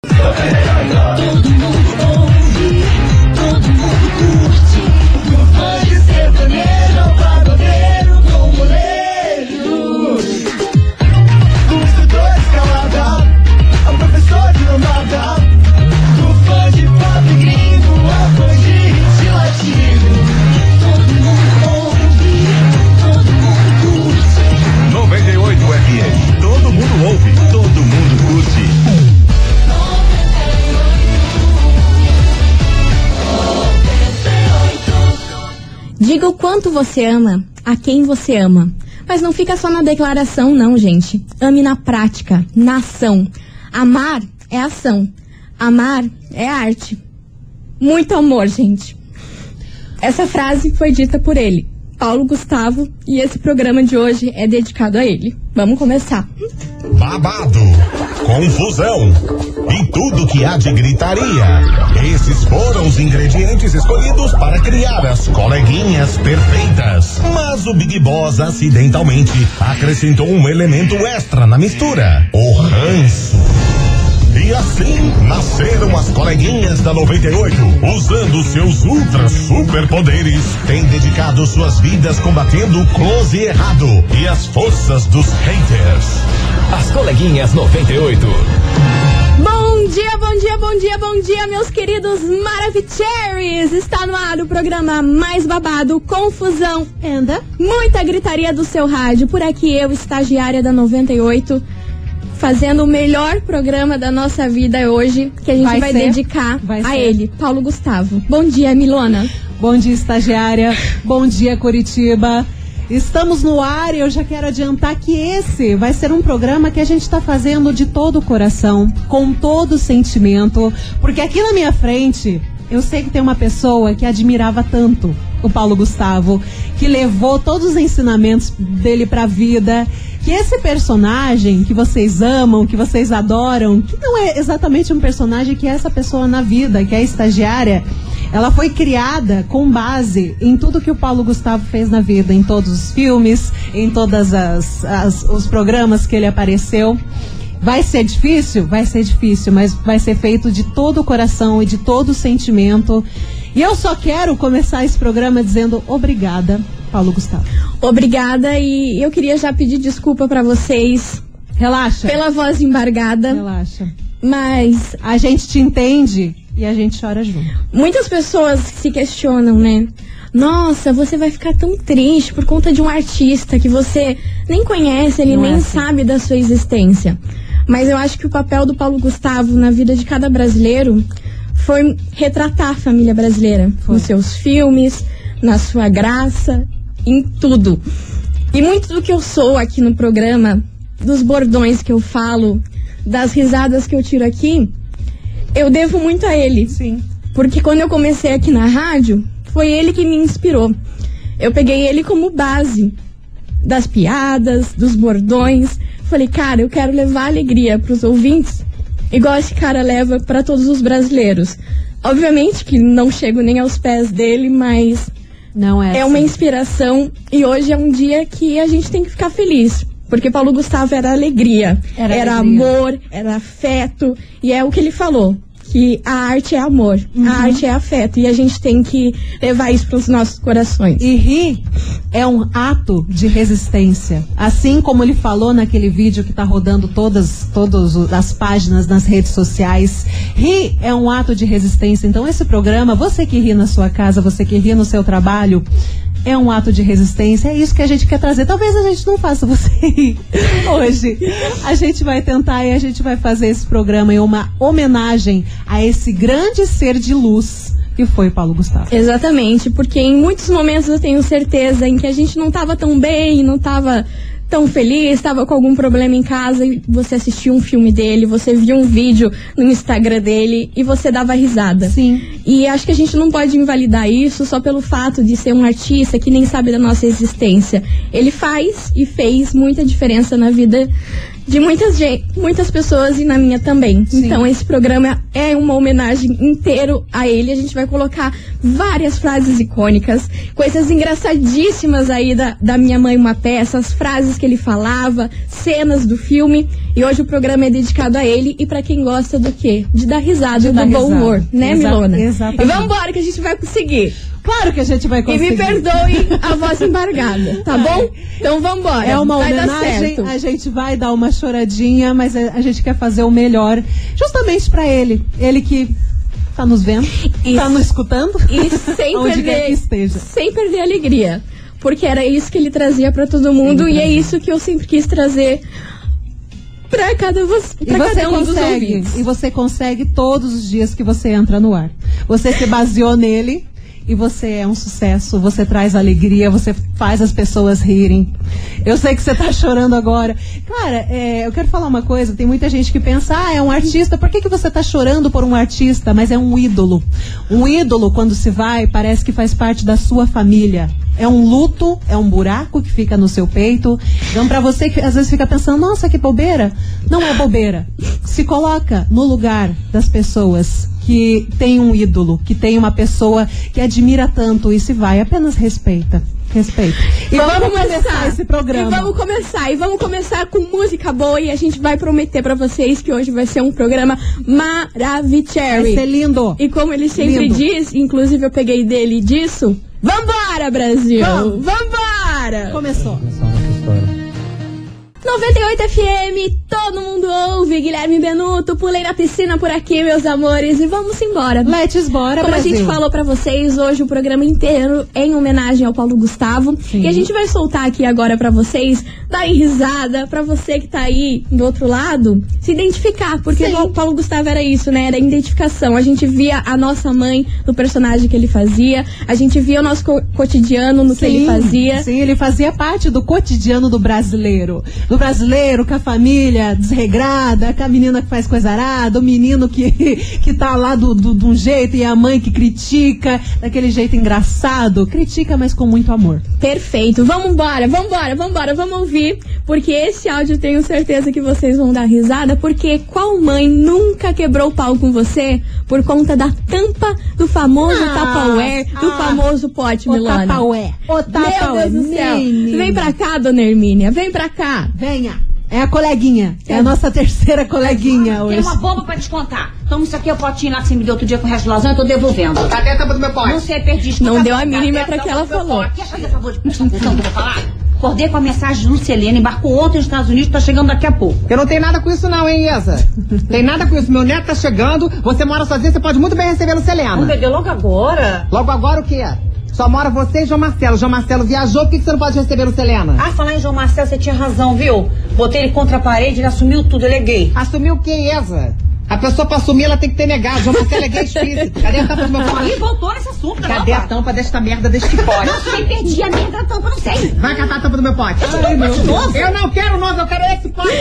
Todo mundo ouve, todo mundo curte. Do fã de sertanejo ao pagodeiro com moleiro. Do instrutor escalada ao professor de lambada. Do fã de pop gringo ao fã de hit latino. Todo mundo ouve, todo mundo curte. 98 FM, todo mundo ouve, todo mundo curte. Diga o quanto você ama, a quem você ama. Mas não fica só na declaração, não, gente. Ame na prática, na ação. Amar é ação. Amar é arte. Muito amor, gente. Essa frase foi dita por ele, Paulo Gustavo, e esse programa de hoje é dedicado a ele. Vamos começar. Babado, confusão e tudo que há de gritaria. Esses foram os ingredientes escolhidos para criar as coleguinhas perfeitas. Mas o Big Boss acidentalmente acrescentou um elemento extra na mistura: o ranço. E assim nasceram as coleguinhas da 98, usando seus ultra superpoderes, têm dedicado suas vidas combatendo o close e errado e as forças dos haters. As coleguinhas 98. Bom dia, bom dia, bom dia, bom dia, meus queridos Maravicheries! Está no ar o programa mais babado, confusão, muita gritaria do seu rádio. Por aqui eu, estagiária da 98, fazendo o melhor programa da nossa vida hoje, que a gente vai dedicar a ele, Paulo Gustavo. Bom dia, Milona. Bom dia, estagiária. Bom dia, Curitiba. Estamos no ar e eu já quero adiantar que esse vai ser um programa que a gente está fazendo de todo o coração, com todo o sentimento, porque aqui na minha frente eu sei que tem uma pessoa que admirava tanto o Paulo Gustavo, que levou todos os ensinamentos dele pra vida, que esse personagem que vocês amam, que vocês adoram, que não é exatamente um personagem que é essa pessoa na vida, que é a estagiária, ela foi criada com base em tudo que o Paulo Gustavo fez na vida, em todos os filmes, em todos os programas que ele apareceu. Vai ser difícil? Vai ser difícil, mas vai ser feito de todo o coração e de todo o sentimento. E eu só quero começar esse programa dizendo obrigada, Paulo Gustavo. Obrigada, e eu queria já pedir desculpa pra vocês. Relaxa. Pela voz embargada. Relaxa. Mas a gente te entende e a gente chora junto. Muitas pessoas se questionam, né? Nossa, você vai ficar tão triste por conta de um artista que você nem conhece, ele nem sabe da sua existência. Mas eu acho que o papel do Paulo Gustavo na vida de cada brasileiro foi retratar a família brasileira. Nos seus filmes, na sua graça, em tudo. E muito do que eu sou aqui no programa, dos bordões que eu falo, das risadas que eu tiro aqui, eu devo muito a ele. Sim. Porque quando eu comecei aqui na rádio, foi ele que me inspirou. Eu peguei ele como base das piadas, dos bordões. Falei, cara, eu quero levar alegria pros ouvintes, igual esse cara leva para todos os brasileiros. Obviamente que não chego nem aos pés dele, mas não é uma inspiração. E hoje é um dia que a gente tem que ficar feliz. Porque Paulo Gustavo era alegria, era amor, era afeto. E é o que ele falou, que a arte é amor, a arte é afeto. E a gente tem que levar isso para os nossos corações. E rir é um ato de resistência. Assim como ele falou naquele vídeo que está rodando todas as páginas nas redes sociais. Rir é um ato de resistência. Então esse programa, você que ri na sua casa, você que ri no seu trabalho, é um ato de resistência, é isso que a gente quer trazer. Talvez a gente não faça você rir hoje. A gente vai tentar e a gente vai fazer esse programa em uma homenagem a esse grande ser de luz que foi Paulo Gustavo. Exatamente, porque em muitos momentos eu tenho certeza em que a gente não estava tão bem, não estava tão feliz, estava com algum problema em casa e você assistiu um filme dele, você viu um vídeo no Instagram dele e você dava risada. Sim. E acho que a gente não pode invalidar isso só pelo fato de ser um artista que nem sabe da nossa existência. Ele faz e fez muita diferença na vida de muitas pessoas e na minha também. Sim. Então esse programa é uma homenagem inteiro a ele. A gente vai colocar várias frases icônicas, coisas engraçadíssimas aí da Minha Mãe Uma Peça, as frases que ele falava, cenas do filme. E hoje o programa é dedicado a ele e pra quem gosta do quê? De dar risada e do bom humor, né, Milona? Exatamente. E vamos embora que a gente vai conseguir. Claro que a gente vai conseguir. E me perdoe a voz embargada, tá bom? Então vambora. É uma vai homenagem, dar certo. a gente vai dar uma choradinha, mas a gente quer fazer o melhor justamente pra ele. Ele que tá nos vendo, tá nos escutando. E sem onde quer que esteja. Sem perder a alegria. Porque era isso que ele trazia pra todo mundo e é isso que eu sempre quis trazer pra cada um dos ouvintes. E você consegue todos os dias que você entra no ar. Você se baseou nele e você é um sucesso, você traz alegria, você faz as pessoas rirem. Eu sei que você tá chorando agora. Cara, eu quero falar uma coisa, tem muita gente que pensa, é um artista, por que você tá chorando por um artista? Mas é um ídolo. Um ídolo, quando se vai, parece que faz parte da sua família. É um luto, é um buraco que fica no seu peito. Então, pra você que às vezes fica pensando, nossa, que bobeira. Não é bobeira. Se coloca no lugar das pessoas que tem um ídolo, que tem uma pessoa que admira tanto e se vai, apenas respeita. Respeito. E vamos começar esse programa. E vamos começar com música boa e a gente vai prometer pra vocês que hoje vai ser um programa maravilhoso. Vai ser lindo. E como ele sempre diz, inclusive eu peguei dele disso, vambora, Brasil! Vambora! Começou. 98 FM, todo mundo ouve, Guilherme Benuto, pulei na piscina por aqui, meus amores, e vamos embora. Let's bora, Como Brasil. a gente falou pra vocês, hoje o programa inteiro é em homenagem ao Paulo Gustavo. Sim. E a gente vai soltar aqui agora pra vocês, darem risada, pra você que tá aí do outro lado, se identificar, porque o Paulo Gustavo era isso, né? Era identificação. A gente via a nossa mãe no personagem que ele fazia, a gente via o nosso cotidiano no que ele fazia. Sim, ele fazia parte do cotidiano do brasileiro. Do brasileiro com a família desregrada, com a menina que faz coisa arada, o menino que tá lá de um jeito e a mãe que critica, daquele jeito engraçado. Critica, mas com muito amor. Perfeito. Vamos ouvir, porque esse áudio eu tenho certeza que vocês vão dar risada, porque qual mãe nunca quebrou o pau com você por conta da tampa do famoso Tupperware, do famoso pote, Milona? O Tupperware. Meu Deus do céu. Vem pra cá, dona Hermínia, vem pra cá. Venha. É a coleguinha. É a nossa terceira coleguinha hoje. Tem uma bomba pra descontar. Toma isso aqui, é o potinho lá que você me deu outro dia com o resto de lasanha, eu tô devolvendo. Cadê a tampa do meu pote? Não sei, perdi. Não deu a mínima pra que ela falou. Quer fazer favor de prestar atenção que eu vou falar? Acordei com a mensagem de Lucelena, embarcou ontem nos Estados Unidos, tá chegando daqui a pouco. Eu não tenho nada com isso não, hein, Isa? Tem nada com isso. Meu neto tá chegando, você mora sozinha, você pode muito bem receber a Lucelena. Vamos beber logo agora? Logo agora o quê? Só mora você e João Marcelo. João Marcelo viajou, por que você não pode receber a Lucelena? Ah, falar em João Marcelo, você tinha razão, viu? Botei ele contra a parede, ele assumiu tudo, ele é gay. Assumiu o quê, Isa? A pessoa pra assumir, ela tem que ter negado. João Marcelo é gay explícito. Cadê a tampa do meu Ih, pote? voltou nesse assunto, Cadê a tampa desta merda deste pote? Não sei, perdi a merda da tampa, não sei. Vai catar a tampa do meu pote. Eu não quero novo, eu quero esse pote.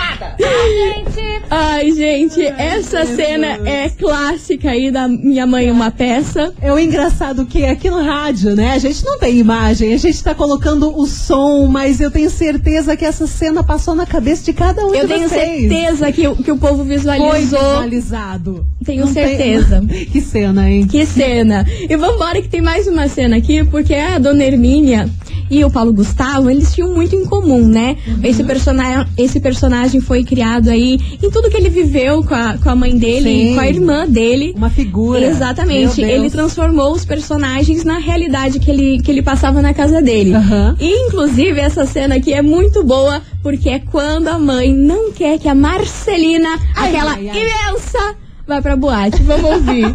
Ai, gente, essa cena é clássica aí da Minha Mãe Uma Peça. É o engraçado que aqui no rádio, né? A gente não tem imagem, a gente tá colocando o som, mas eu tenho certeza que essa cena passou na cabeça de cada um de vocês. Eu tenho certeza que o povo visualizou. Foi visualizado. Tenho Não certeza. Que cena, hein? Que cena. E vambora que tem mais uma cena aqui, porque a dona Hermínia e o Paulo Gustavo, eles tinham muito em comum, né? Esse personagem foi criado aí em tudo que ele viveu com a mãe dele, Sim. com a irmã dele. Uma figura. Exatamente. Meu Deus. Ele transformou os personagens na realidade que ele passava na casa dele. Uhum. E, inclusive, essa cena aqui é muito boa, porque é quando a mãe não quer que a Marcelina, aquela imensa, vá pra boate. Vamos ouvir.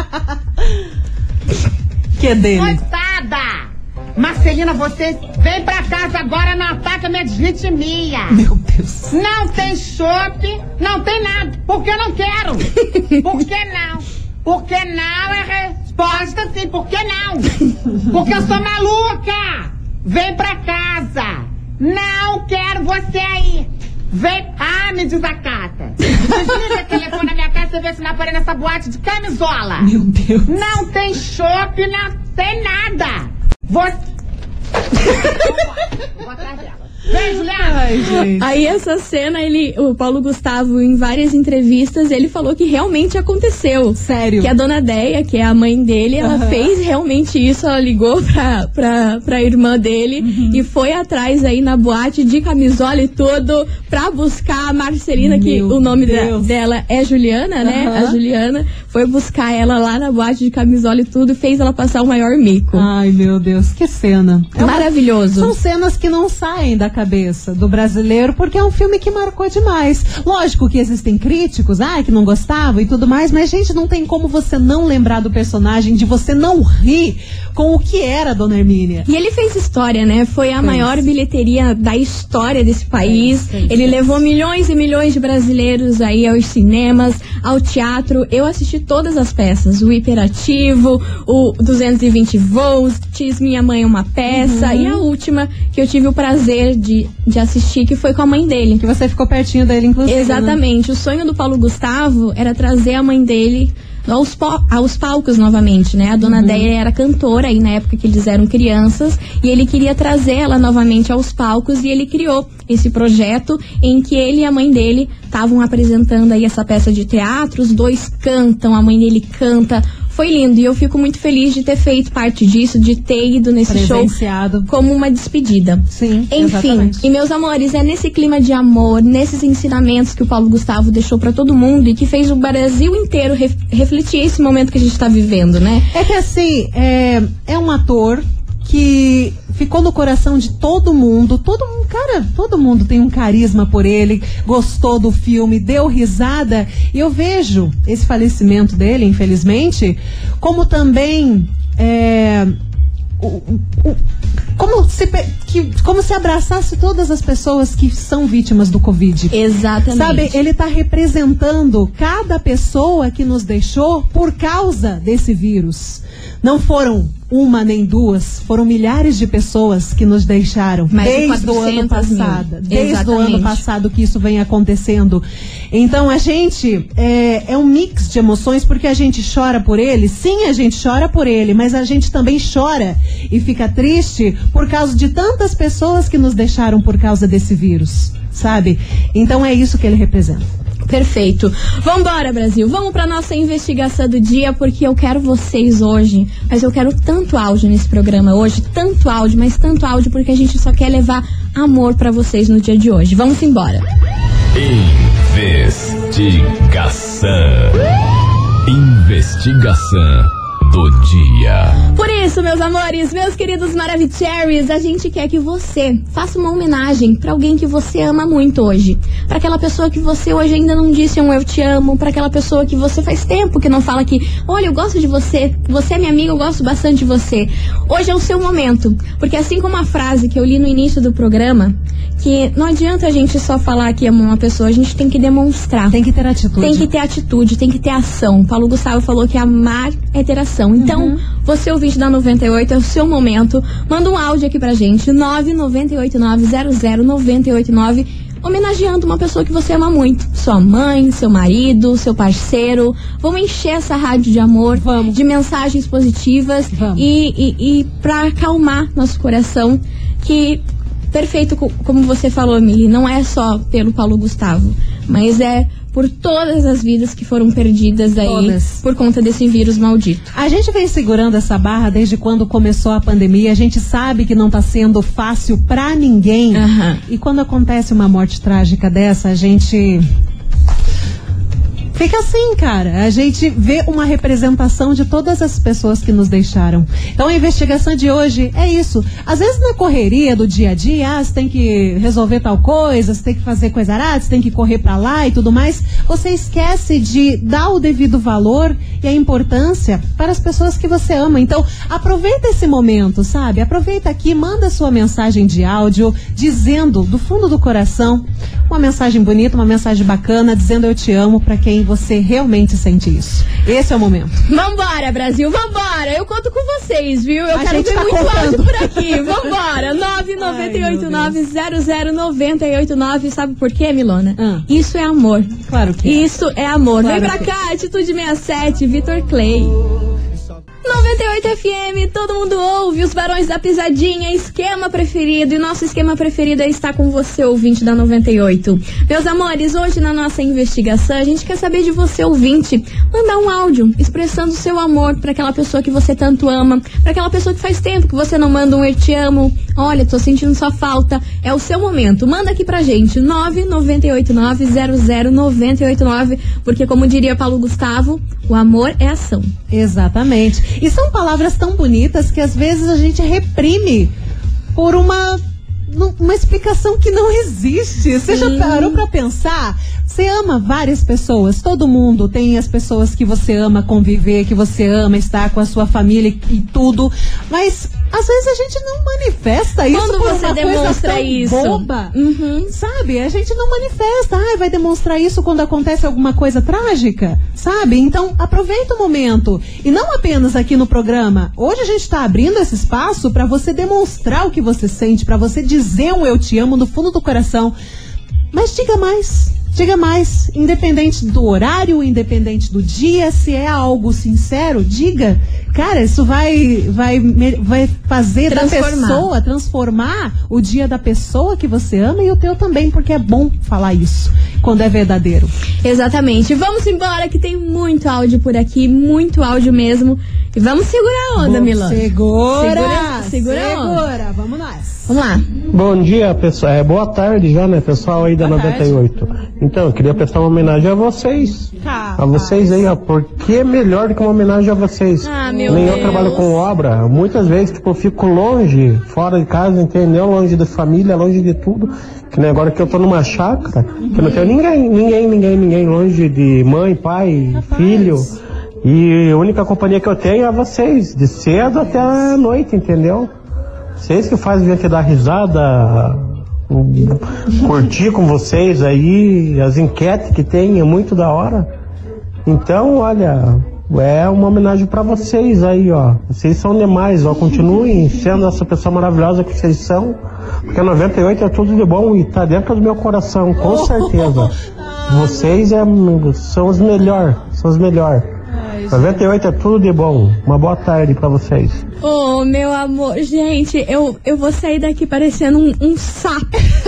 Que é dele. Coitada! Marcelina, você vem pra casa agora, não ataca minha desritmia. Meu Deus. Não tem chope, não tem nada. Porque eu não quero. Por que não? Porque não é resposta sim. Por que não? Porque eu sou maluca. Vem pra casa. Não quero você aí. Vem. Ah, me desacata. Desliga o telefone na minha casa e você vê se não aparece nessa boate de camisola. Meu Deus. Não tem chope, não tem nada. Você... Vou atrás dela. Vem, Juliana! Ai, gente. Aí essa cena, o Paulo Gustavo, em várias entrevistas, ele falou que realmente aconteceu. Sério? Que a dona Deia, que é a mãe dele, ela fez realmente isso, ela ligou pra irmã dele e foi atrás aí na boate de camisola e tudo pra buscar a Marcelina, que o nome dela é Juliana, né? A Juliana foi buscar ela lá na boate de camisola e tudo, fez ela passar o maior mico. Ai, meu Deus, que cena. Maravilhoso. São cenas que não saem da cabeça do brasileiro, porque é um filme que marcou demais. Lógico que existem críticos, que não gostavam e tudo mais, mas, gente, não tem como você não lembrar do personagem, de você não rir com o que era a Dona Hermínia. E ele fez história, né? Foi a maior bilheteria da história desse país. Ele levou milhões e milhões de brasileiros aí aos cinemas, ao teatro. Eu assisti todas as peças. O Hiperativo, o 220 Volts, Minha Mãe é uma Peça. E a última que eu tive o prazer de assistir, que foi com a mãe dele. Que você ficou pertinho dele, inclusive. Exatamente. Né? O sonho do Paulo Gustavo era trazer a mãe dele aos palcos novamente, né? A Dona Deia era cantora aí na época que eles eram crianças e ele queria trazer ela novamente aos palcos e ele criou esse projeto em que ele e a mãe dele estavam apresentando aí essa peça de teatro, os dois cantam, a mãe dele canta. Foi lindo e eu fico muito feliz de ter feito parte disso, de ter ido nesse show como uma despedida. Sim, enfim, exatamente. E meus amores, é nesse clima de amor, nesses ensinamentos que o Paulo Gustavo deixou pra todo mundo e que fez o Brasil inteiro refletir esse momento que a gente tá vivendo, né? É que assim, é um ator que ficou no coração de todo mundo, todo mundo tem um carisma por ele, gostou do filme, deu risada, e eu vejo esse falecimento dele, infelizmente, como também como se abraçasse todas as pessoas que são vítimas do Covid. Exatamente. Sabe, ele tá representando cada pessoa que nos deixou por causa desse vírus. Não foram uma nem duas, foram milhares de pessoas que nos deixaram desde o ano passado. Desde o ano passado que isso vem acontecendo. Então a gente é um mix de emoções, porque a gente chora por ele, sim, a gente chora por ele, mas a gente também chora e fica triste por causa de tantas pessoas que nos deixaram por causa desse vírus, sabe? Então é isso que ele representa. Perfeito. Vambora, Brasil. Vamos pra nossa investigação do dia, porque eu quero vocês hoje. Mas eu quero tanto áudio nesse programa hoje. Tanto áudio, mas tanto áudio, porque a gente só quer levar amor pra vocês no dia de hoje. Vamos embora. Investigação do dia. Por isso, meus amores, meus queridos Maravicheries, a gente quer que você faça uma homenagem pra alguém que você ama muito hoje. Pra aquela pessoa que você hoje ainda não disse um eu te amo. Pra aquela pessoa que você faz tempo que não fala que, olha, eu gosto de você, você é minha amiga, eu gosto bastante de você. Hoje é o seu momento. Porque assim como a frase que eu li no início do programa, que não adianta a gente só falar que ama uma pessoa, a gente tem que demonstrar. Tem que ter atitude. Tem que ter atitude, tem que ter ação. Paulo Gustavo falou que amar é ter ação. Então, você ouvinte da 98, é o seu momento. Manda um áudio aqui pra gente, 998900989, homenageando uma pessoa que você ama muito. Sua mãe, seu marido, seu parceiro. Vamos encher essa rádio de amor, de mensagens positivas e pra acalmar nosso coração, que... Perfeito, como você falou, Mili, não é só pelo Paulo Gustavo, mas é por todas as vidas que foram perdidas aí por conta desse vírus maldito. A gente vem segurando essa barra desde quando começou a pandemia. A gente sabe que não tá sendo fácil pra ninguém. E quando acontece uma morte trágica dessa, a gente... fica assim, cara. A gente vê uma representação de todas as pessoas que nos deixaram. Então a investigação de hoje é isso. Às vezes na correria do dia a dia, você tem que resolver tal coisa, você tem que fazer coisa arada, você tem que correr pra lá e tudo mais. Você esquece de dar o devido valor e a importância para as pessoas que você ama. Então aproveita esse momento, sabe? Aproveita aqui, manda sua mensagem de áudio, dizendo do fundo do coração, uma mensagem bonita, uma mensagem bacana, dizendo eu te amo pra quem você realmente sente isso. Esse é o momento. Vambora, Brasil, vambora! Eu conto com vocês, viu? Eu quero ver muito áudio por aqui. Vambora! 998900989. Sabe por quê, Milona? Isso é amor. Claro que é. Isso é amor. Claro. Vem pra cá, Atitude 67, Vitor Clay. 98 FM, todo mundo ouve, os Barões da Pisadinha, esquema preferido, e nosso esquema preferido é estar com você, ouvinte da 98. Meus amores, hoje na nossa investigação, a gente quer saber de você, ouvinte, mandar um áudio expressando o seu amor pra aquela pessoa que você tanto ama, pra aquela pessoa que faz tempo que você não manda um eu te amo, olha, tô sentindo sua falta, é o seu momento, manda aqui pra gente, 998900989, porque como diria Paulo Gustavo, o amor é ação. Exatamente. E são palavras tão bonitas que às vezes a gente reprime por uma explicação que não existe. Você já parou pra pensar? Você ama várias pessoas, todo mundo tem as pessoas que você ama conviver, que você ama estar com a sua família e tudo, mas às vezes a gente não manifesta isso. Quando por você uma demonstra coisa tão isso boba, sabe? A gente não manifesta. Vai demonstrar isso quando acontece alguma coisa trágica, sabe? Então aproveita o momento, e não apenas aqui no programa. Hoje a gente tá abrindo esse espaço pra você demonstrar o que você sente, pra você dizer um eu te amo do fundo do coração, mas diga mais. Diga mais, independente do horário, independente do dia, se é algo sincero, diga. Cara, isso vai fazer transformar o dia da pessoa que você ama e o teu também, porque é bom falar isso quando é verdadeiro. Exatamente. Vamos embora que tem muito áudio por aqui, muito áudio mesmo. E vamos segurar a onda, Milão. Segura a onda. Vamos nós. Vamos lá. Bom dia, pessoal. Boa tarde já, né, pessoal aí da Boa 98. Então, eu queria prestar uma homenagem a vocês. A vocês aí, ó. Porque é melhor do que uma homenagem a vocês. Meu Nem Deus. eu trabalho com obra. Muitas vezes, tipo, eu fico longe, fora de casa, entendeu? Longe da família, longe de tudo. Que nem agora que eu tô numa chácara, que eu não tenho ninguém. Longe de mãe, pai, filho. E a única companhia que eu tenho é vocês. De cedo até a noite, entendeu? Vocês que fazem a gente dar risada, curtir com vocês aí, as enquetes que tem, é muito da hora. Então, olha, é uma homenagem pra vocês aí, ó. Vocês são demais, ó. Continuem sendo essa pessoa maravilhosa que vocês são, porque 98 é tudo de bom e tá dentro do meu coração, com certeza. Vocês são os melhores, 98 é tudo de bom. Uma boa tarde pra vocês. Oh, meu amor, gente, eu vou sair daqui parecendo um sapo.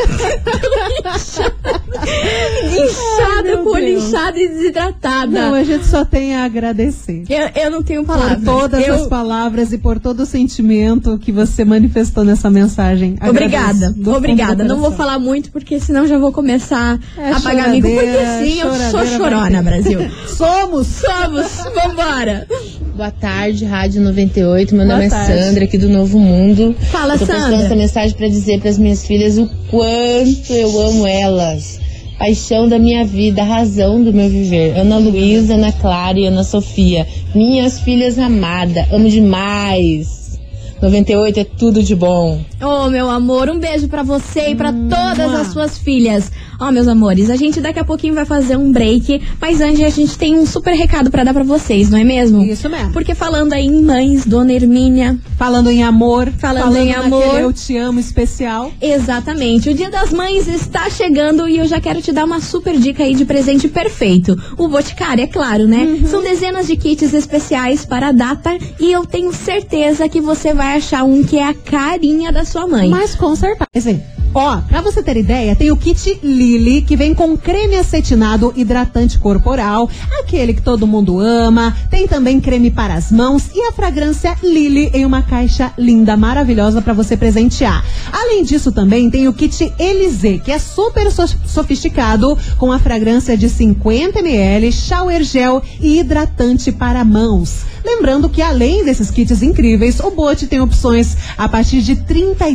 Inchada, com olho inchado e desidratada. Não, a gente só tem a agradecer. Eu não tenho palavras. Por todas as palavras e por todo o sentimento que você manifestou nessa mensagem. Obrigada. Não vou falar muito, porque senão já vou começar a pagar amigo. Porque sim, eu sou chorona, Brasil. Somos. Vambora. Boa tarde, Rádio 98. Meu nome é Sandra, aqui do Novo Mundo. Fala, Sandra. Tô postando essa mensagem pra dizer pras minhas filhas o quanto eu amo elas. Paixão da minha vida, razão do meu viver. Ana Luísa, Ana Clara e Ana Sofia. Minhas filhas amadas. Amo demais. 98 é tudo de bom. Oh, meu amor, um beijo pra você e pra todas as suas filhas. Ó, meus amores, a gente daqui a pouquinho vai fazer um break, mas antes a gente tem um super recado pra dar pra vocês, não é mesmo? Isso mesmo. Porque falando aí em mães, Dona Hermínia, falando em amor, falando em amor, eu te amo especial. Exatamente, o Dia das Mães está chegando e eu já quero te dar uma super dica aí de presente perfeito. O Boticário, é claro, né? São dezenas de kits especiais para a data e eu tenho certeza que você vai achar um que é a carinha da sua mãe. Mas com certeza. Ó, pra você ter ideia, tem o kit Lily, que vem com creme acetinado hidratante corporal, aquele que todo mundo ama. Tem também creme para as mãos e a fragrância Lily em uma caixa linda, maravilhosa pra você presentear. Além disso, também tem o kit Elysée, que é super sofisticado, com a fragrância de 50 ml, shower gel e hidratante para mãos. Lembrando que além desses kits incríveis, o Bote tem opções a partir de R$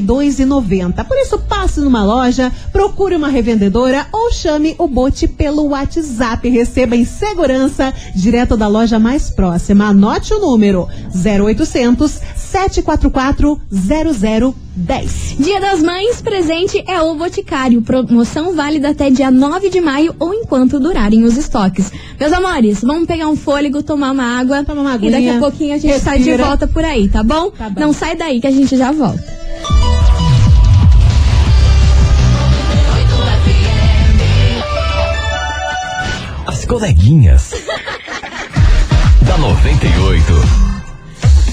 32,90. Por isso, passe numa loja, procure uma revendedora ou chame o Bote pelo WhatsApp. Receba em segurança direto da loja mais próxima. Anote o número 0800 744 0010. Dia das Mães, presente é o Boticário. Promoção válida até dia 9 de maio ou enquanto durarem os estoques. Meus amores, vamos pegar um fôlego, tomar uma água. E daqui a pouquinho a gente sai de volta por aí, tá bom? Tá bom. Não sai daí que a gente já volta. As coleguinhas da 98.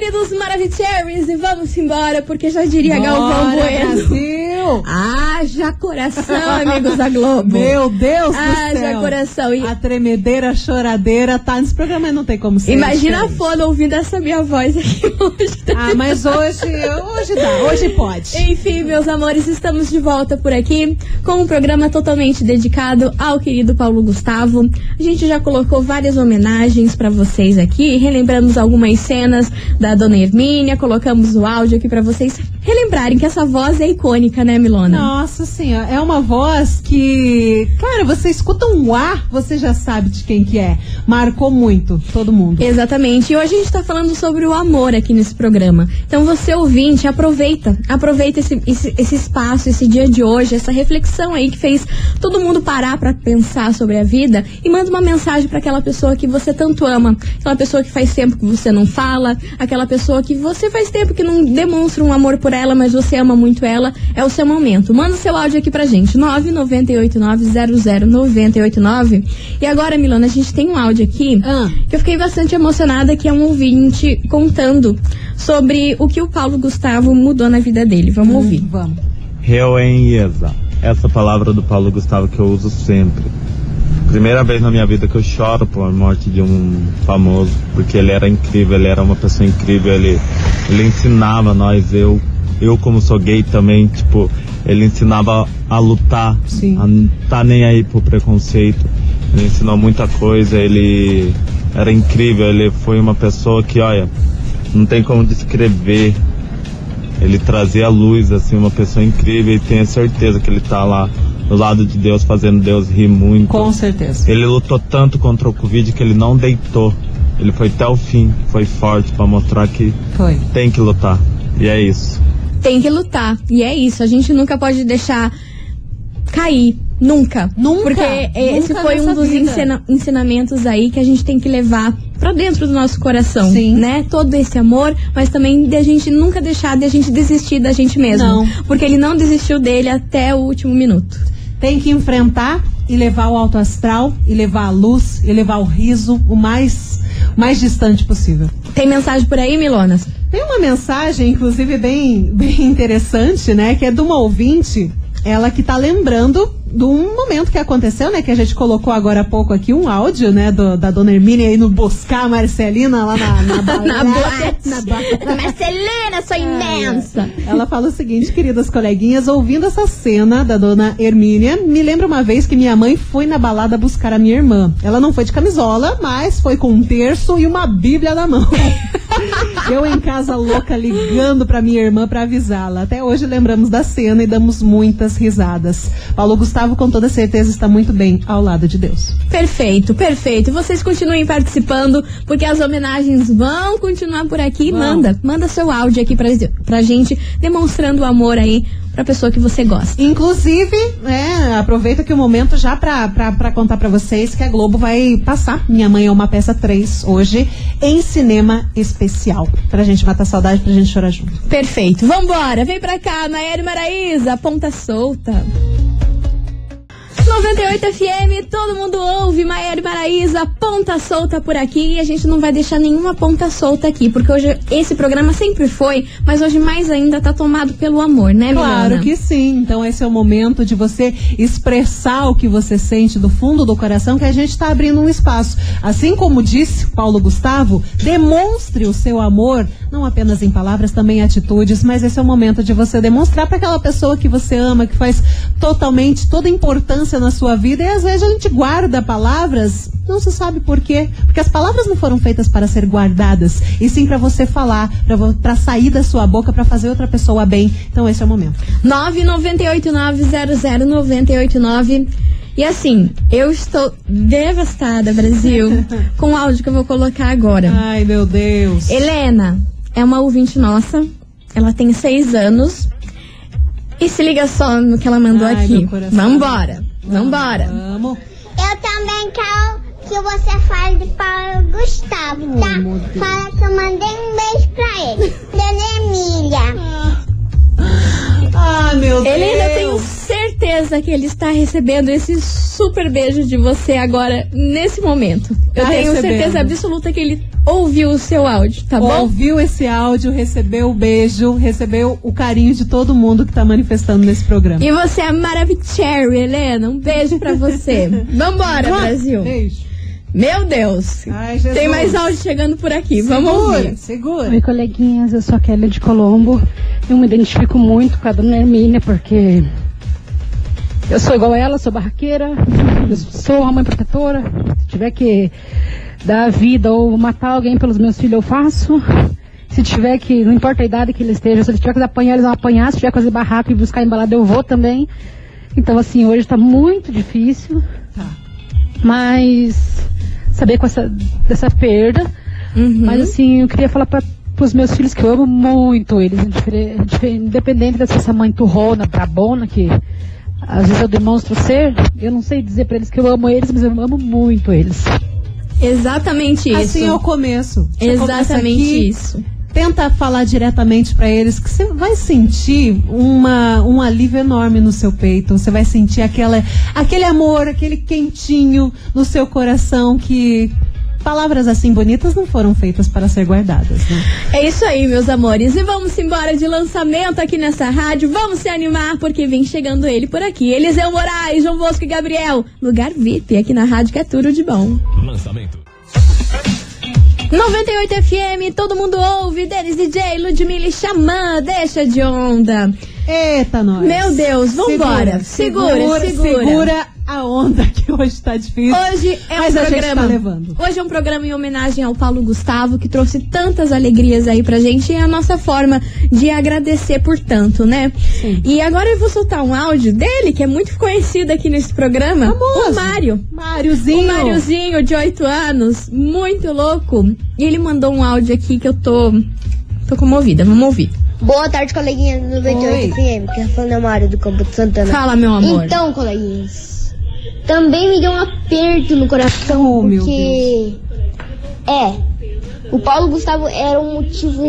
queridos Maravicheries, e vamos embora, porque já diria Bora, Galvão Bueno. Brasil! Haja coração, amigos da Globo. Meu Deus do Haja céu! coração. E A tremedeira, a choradeira tá nesse programa, não tem como ser. imagina a diferente. Foda ouvindo essa minha voz aqui hoje. Ah, mas hoje dá, hoje pode. Enfim, meus amores, estamos de volta por aqui com um programa totalmente dedicado ao querido Paulo Gustavo. A gente já colocou várias homenagens pra vocês aqui, relembramos algumas cenas da Dona Hermínia, colocamos o áudio aqui pra vocês relembrarem que essa voz é icônica, né, Milona? Nossa senhora, é uma voz que, cara, você escuta um ar, você já sabe de quem que é. Marcou muito todo mundo. Exatamente. E hoje a gente tá falando sobre o amor aqui nesse programa. Então você, ouvinte, aproveita esse espaço, esse dia de hoje, essa reflexão aí que fez todo mundo parar pra pensar sobre a vida e manda uma mensagem pra aquela pessoa que você tanto ama, aquela pessoa que faz tempo que você não fala, aquela pessoa que você faz tempo que não demonstra um amor por ela, mas você ama muito ela. É o seu momento. Manda seu áudio aqui pra gente, 998900989. E agora, Milona, a gente tem um áudio aqui que eu fiquei bastante emocionada, que é um ouvinte contando sobre o que o Paulo Gustavo mudou na vida dele. Vamos ouvir. Vamos. Reuenheza. Essa palavra do Paulo Gustavo que eu uso sempre. Primeira vez na minha vida que eu choro por morte de um famoso, porque ele era incrível, ele era uma pessoa incrível, ele ensinava nós, eu como sou gay também, tipo, ele ensinava a lutar, Sim. a não tá nem aí pro preconceito, ele ensinou muita coisa, ele era incrível, ele foi uma pessoa que, olha, não tem como descrever, ele trazia a luz, assim, uma pessoa incrível, e tenho certeza que ele tá lá do lado de Deus, fazendo Deus rir muito. Com certeza. Ele lutou tanto contra o Covid que ele não deitou. Ele foi até o fim, foi forte pra mostrar que tem que lutar. E é isso. Tem que lutar. E é isso. A gente nunca pode deixar cair. Nunca. Porque esse foi um dos ensinamentos aí que a gente tem que levar pra dentro do nosso coração. Sim. Né? Todo esse amor, mas também de a gente nunca deixar de a gente desistir da gente mesmo. Não. Porque ele não desistiu dele até o último minuto. Tem que enfrentar e levar o alto astral, e levar a luz, e levar o riso o mais distante possível. Tem mensagem por aí, Milonas? Tem uma mensagem, inclusive, bem interessante, né? Que é de uma ouvinte, ela que tá lembrando de um momento que aconteceu, né? Que a gente colocou agora há pouco aqui um áudio, né? Da Dona Hermínia indo buscar a Marcelina lá na Na boate. Marcelina, sua imensa. Ela fala o seguinte: queridas coleguinhas, ouvindo essa cena da Dona Hermínia, me lembra uma vez que minha mãe foi na balada buscar a minha irmã. Ela não foi de camisola, mas foi com um terço e uma bíblia na mão. Eu em casa louca ligando pra minha irmã pra avisá-la. Até hoje lembramos da cena e damos muitas risadas. Paulo Gustavo com toda certeza está muito bem ao lado de Deus. Perfeito, perfeito. E vocês continuem participando, porque as homenagens vão continuar por aqui. Manda seu áudio aqui pra gente, demonstrando o amor aí pra pessoa que você gosta. Inclusive, aproveita aqui o momento já pra contar pra vocês que a Globo vai passar Minha Mãe é uma Peça 3 hoje em cinema especial. Pra gente matar saudade, pra gente chorar junto. Perfeito. Vambora, vem pra cá, Maiara e Maraísa, ponta solta. 98 FM, todo mundo ouve, Maiara e Maraísa, ponta solta por aqui, e a gente não vai deixar nenhuma ponta solta aqui, porque hoje esse programa sempre foi, mas hoje mais ainda tá tomado pelo amor, né, Milana? Claro que sim, então esse é o momento de você expressar o que você sente do fundo do coração, que a gente tá abrindo um espaço. Assim como disse Paulo Gustavo, demonstre o seu amor, não apenas em palavras, também em atitudes, mas esse é o momento de você demonstrar para aquela pessoa que você ama, que faz totalmente toda a importância na sua vida, e às vezes a gente guarda palavras, não se sabe por quê, porque as palavras não foram feitas para ser guardadas, e sim para você falar, para sair da sua boca, para fazer outra pessoa bem. Então esse é o momento. 998900989. E assim, eu estou devastada, Brasil, com o áudio que eu vou colocar agora. Ai, meu Deus. Helena é uma ouvinte nossa, ela tem 6 anos, e se liga só no que ela mandou aqui. Vambora. Vamos. Eu também quero que você fale de Paulo Gustavo, tá? Fala que eu mandei um beijo pra ele. Dona Emília. Ah, meu Deus. Helena, eu tenho certeza certeza que ele está recebendo esse super beijo de você agora, nesse momento. Eu tenho certeza absoluta que ele ouviu o seu áudio, tá bom? Ouviu esse áudio, recebeu o beijo, recebeu o carinho de todo mundo que tá manifestando nesse programa. E você é maravilhosa, Helena. Um beijo pra você. Vambora, Brasil. Beijo. Meu Deus. Ai, Jesus. Tem mais áudio chegando por aqui. Vamos ouvir. Segura. Oi, coleguinhas. Eu sou a Kelly de Colombo. Eu me identifico muito com a dona Hermínia, porque eu sou igual a ela, sou barraqueira, eu sou uma mãe protetora. Se tiver que dar vida ou matar alguém pelos meus filhos, eu faço. Se tiver que, não importa a idade que eles estejam, se eles tiver que apanhar, eles vão apanhar. Se tiver que fazer barraco e buscar embalada, eu vou também. Então, assim, hoje tá muito difícil. Tá. Mas saber dessa perda. Mas, assim, eu queria falar pros meus filhos que eu amo muito eles, independente dessa mãe turrona, brabona, que às vezes eu demonstro ser, eu não sei dizer pra eles que eu amo eles, mas eu amo muito eles. Exatamente isso. Assim é o começo. Você exatamente aqui, isso. Tenta falar diretamente pra eles que você vai sentir um alívio enorme no seu peito. Você vai sentir aquele amor, aquele quentinho no seu coração que... Palavras assim bonitas não foram feitas para ser guardadas, né? É isso aí, meus amores. E vamos embora de lançamento aqui nessa rádio. Vamos se animar, porque vem chegando ele por aqui. Eliseu Moraes, João Bosco e Gabriel. Lugar VIP aqui na rádio, que é tudo de bom. Lançamento. 98 FM, todo mundo ouve. Denis DJ, Ludmilla e Xamã, deixa de onda. Eita, nós. Meu Deus, vambora. Segura a onda, que hoje tá difícil. Hoje é mas um a programa. Gente tá levando. Hoje é um programa em homenagem ao Paulo Gustavo, que trouxe tantas alegrias aí pra gente. E é a nossa forma de agradecer por tanto, né? Sim. E agora eu vou soltar um áudio dele, que é muito conhecido aqui nesse programa. Famoso. O Mário. Máriozinho. O Máriozinho, de 8 anos. Muito louco. E ele mandou um áudio aqui que eu tô comovida. Vamos ouvir. Boa tarde, coleguinhas do 98 FM, que é falando é Mário do Campo de Santana. Fala, meu amor. Então, coleguinhas, também me deu um aperto no coração, porque o Paulo Gustavo era um motivo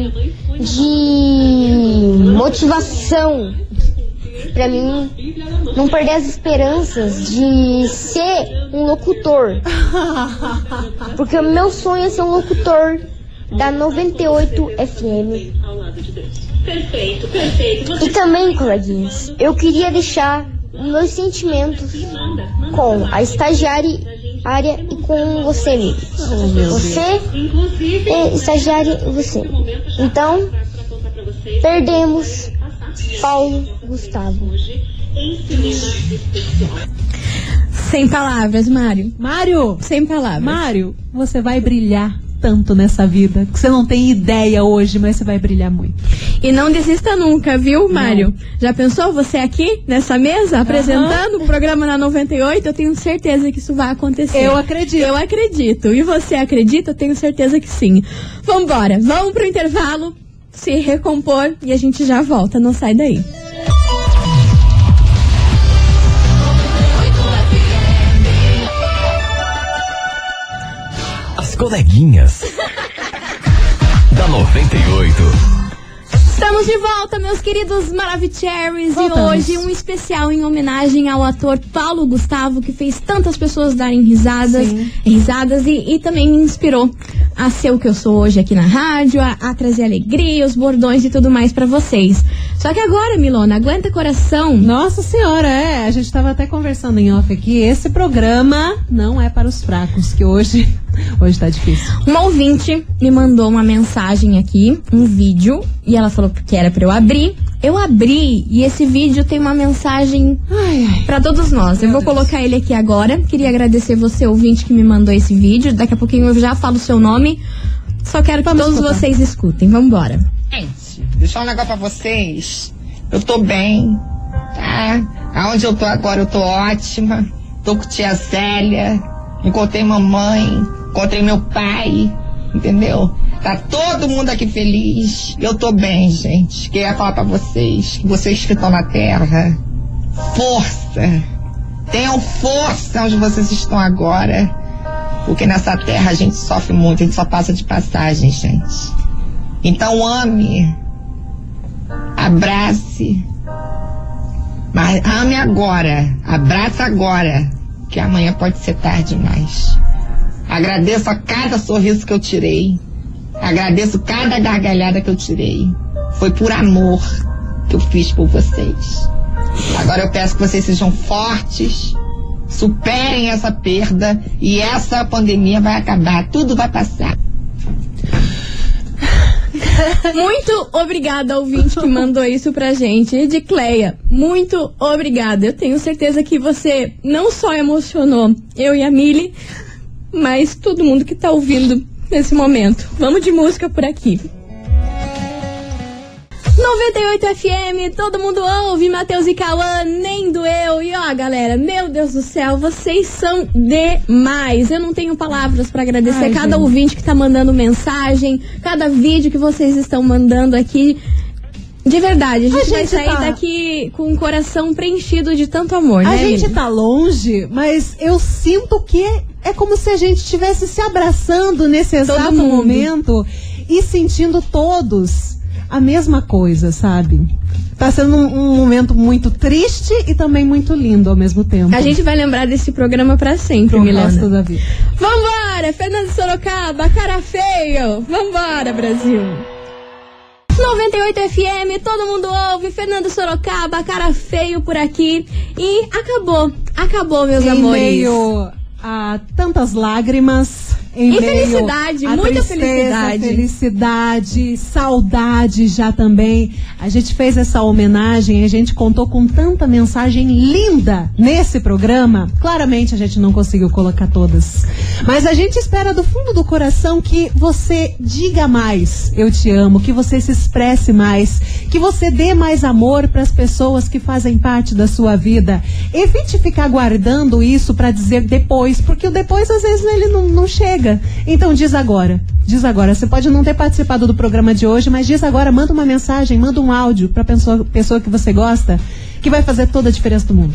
de motivação pra mim não perder as esperanças de ser um locutor. Porque o meu sonho é ser um locutor da 98 FM. Perfeito. E também, coleguinhas, eu queria deixar meus sentimentos com a estagiária e com você, mesmo. Você é estagiária e você. Então, perdemos Paulo Gustavo. Sem palavras, Mário. Mário! Sem palavras. Mário, você vai brilhar tanto nessa vida, que você não tem ideia hoje, mas você vai brilhar muito. E não desista nunca, viu, Mário? Já pensou você aqui, nessa mesa, apresentando o programa na 98? Eu tenho certeza que isso vai acontecer. Eu acredito. Eu acredito. E você acredita? Eu tenho certeza que sim. Vambora, vamos pro intervalo, se recompor e a gente já volta. Não sai daí. Coleguinhas da 98. Estamos de volta, meus queridos Maravicheries. E hoje um especial em homenagem ao ator Paulo Gustavo, que fez tantas pessoas darem risadas e também me inspirou a ser o que eu sou hoje aqui na rádio, a trazer alegria, os bordões e tudo mais pra vocês. Só que agora, Milona, aguenta coração. Nossa senhora, a gente tava até conversando em off aqui, esse programa não é para os fracos, que hoje tá difícil. Uma ouvinte me mandou uma mensagem aqui, um vídeo, e ela falou que era pra eu abrir. Eu abri e esse vídeo tem uma mensagem pra todos nós. Eu vou colocar ele aqui agora. Queria agradecer você, ouvinte, que me mandou esse vídeo. Daqui a pouquinho eu já falo o seu nome. Só quero que todos vocês escutem. Vambora. Gente, deixar um negócio pra vocês. Eu tô bem, tá? Aonde eu tô agora eu tô ótima. Tô com tia Zélia. Encontrei mamãe. Encontrei meu pai. Entendeu? Tá todo mundo aqui feliz. Eu tô bem, gente. Queria falar pra vocês, que vocês que estão na terra, força. Tenham força onde vocês estão agora. Porque nessa terra a gente sofre muito, a gente só passa de passagem, gente. Então ame, abrace, Mas ame agora, abraça agora, que amanhã pode ser tarde demais. Agradeço a cada sorriso que eu tirei. Agradeço cada gargalhada que eu tirei. Foi por amor que eu fiz por vocês. Agora eu peço que vocês sejam fortes, superem essa perda e essa pandemia vai acabar, tudo vai passar. Muito obrigada ao ouvinte que mandou isso pra gente. Edicleia, muito obrigada. Eu tenho certeza que você não só emocionou eu e a Mili, mas todo mundo que tá ouvindo nesse momento. Vamos de música por aqui. 98 FM, todo mundo ouve, Matheus e Cauã, nem doeu. E ó, galera, meu Deus do céu, vocês são demais. Eu não tenho palavras pra agradecer cada ouvinte que tá mandando mensagem, cada vídeo que vocês estão mandando aqui. De verdade, a gente vai sair daqui com o coração preenchido de tanto amor, né? A gente tá longe, mas eu sinto que é como se a gente estivesse se abraçando nesse exato momento e sentindo todos a mesma coisa, sabe? Tá sendo um momento muito triste e também muito lindo ao mesmo tempo. A gente vai lembrar desse programa pra sempre, Milena. Pro resto da vida. Vambora, Fernando Sorocaba, cara feio. Vambora, Brasil. 98 FM, todo mundo ouve, Fernando Sorocaba, cara feio por aqui. E acabou, meus amores. Em meio a tantas lágrimas, em meio felicidade, a muita tristeza, felicidade, saudade já também. A gente fez essa homenagem, a gente contou com tanta mensagem linda nesse programa. Claramente a gente não conseguiu colocar todas, mas a gente espera do fundo do coração que você diga mais eu te amo, que você se expresse mais, que você dê mais amor para as pessoas que fazem parte da sua vida. Evite ficar guardando isso para dizer depois, porque o depois às vezes ele não chega. Então diz agora. Você pode não ter participado do programa de hoje, mas diz agora, manda uma mensagem, manda um áudio pra pessoa que você gosta, que vai fazer toda a diferença do mundo.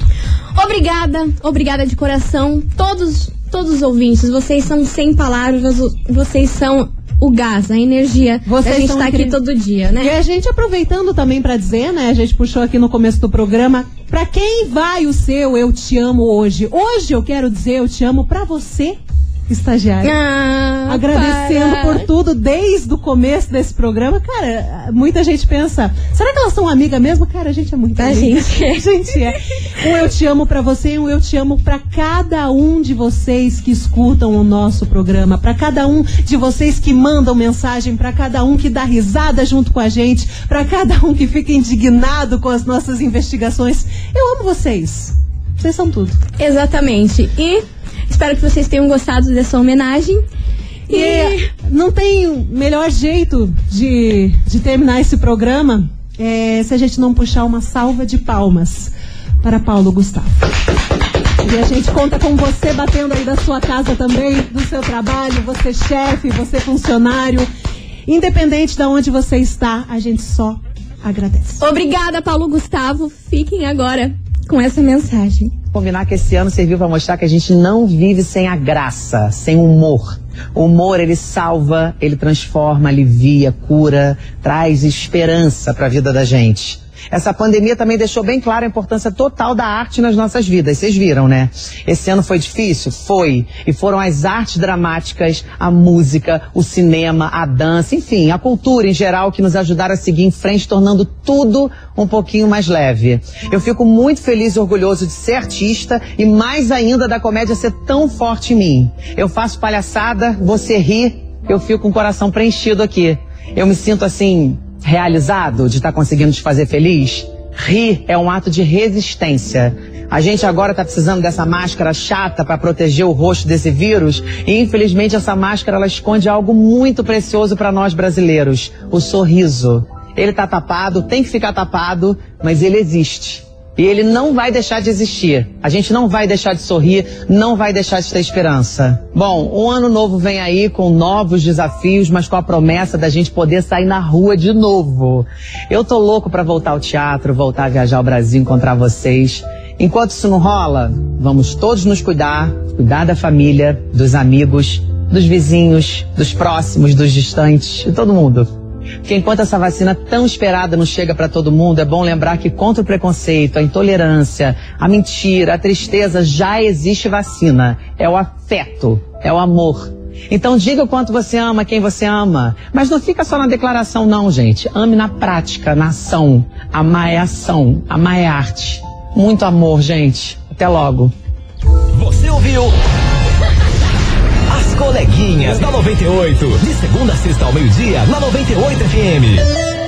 Obrigada de coração. Todos os ouvintes, vocês são sem palavras, vocês são o gás, a energia. Vocês a gente tá aqui todo dia, né? E a gente aproveitando também pra dizer, né, a gente puxou aqui no começo do programa, pra quem vai o seu eu te amo hoje? Hoje eu quero dizer eu te amo pra você, estagiária, agradecendo por tudo desde o começo desse programa. Cara, muita gente pensa, será que elas são amigas mesmo? Cara, a gente é muito amiga. A gente é. Um eu te amo pra você e um eu te amo pra cada um de vocês que escutam o nosso programa, pra cada um de vocês que mandam mensagem, pra cada um que dá risada junto com a gente, pra cada um que fica indignado com as nossas investigações. Eu amo vocês. Vocês são tudo. Exatamente. E espero que vocês tenham gostado dessa homenagem. E não tem melhor jeito de terminar esse programa se a gente não puxar uma salva de palmas para Paulo Gustavo. E a gente conta com você batendo aí da sua casa também, do seu trabalho, você chefe, você funcionário. Independente de onde você está, a gente só agradece. Obrigada, Paulo Gustavo. Fiquem agora com essa mensagem. Combinar que esse ano serviu para mostrar que a gente não vive sem a graça, sem o humor. O humor, ele salva, ele transforma, alivia, cura, traz esperança para a vida da gente. Essa pandemia também deixou bem clara a importância total da arte nas nossas vidas. Vocês viram, né? Esse ano foi difícil? Foi. E foram as artes dramáticas, a música, o cinema, a dança, enfim, a cultura em geral que nos ajudaram a seguir em frente, tornando tudo um pouquinho mais leve. Eu fico muito feliz e orgulhoso de ser artista e mais ainda da comédia ser tão forte em mim. Eu faço palhaçada, você ri, eu fico com o coração preenchido aqui. Eu me sinto assim, realizado de estar conseguindo te fazer feliz. Rir é um ato de resistência. A gente agora tá precisando dessa máscara chata para proteger o rosto desse vírus e infelizmente essa máscara ela esconde algo muito precioso para nós brasileiros, o sorriso. Ele tá tapado, tem que ficar tapado, mas ele existe. E ele não vai deixar de existir. A gente não vai deixar de sorrir, não vai deixar de ter esperança. Bom, um ano novo vem aí com novos desafios, mas com a promessa da gente poder sair na rua de novo. Eu tô louco pra voltar ao teatro, voltar a viajar ao Brasil, encontrar vocês. Enquanto isso não rola, vamos todos nos cuidar da família, dos amigos, dos vizinhos, dos próximos, dos distantes, de todo mundo. Porque enquanto essa vacina tão esperada não chega para todo mundo, é bom lembrar que contra o preconceito, a intolerância, a mentira, a tristeza, já existe vacina. É o afeto, é o amor. Então diga o quanto você ama quem você ama. Mas não fica só na declaração não, gente. Ame na prática, na ação. Amar é ação, amar é arte. Muito amor, gente. Até logo. Você ouviu? As coleguinhas da 98. De segunda a sexta ao meio-dia, na 98 FM.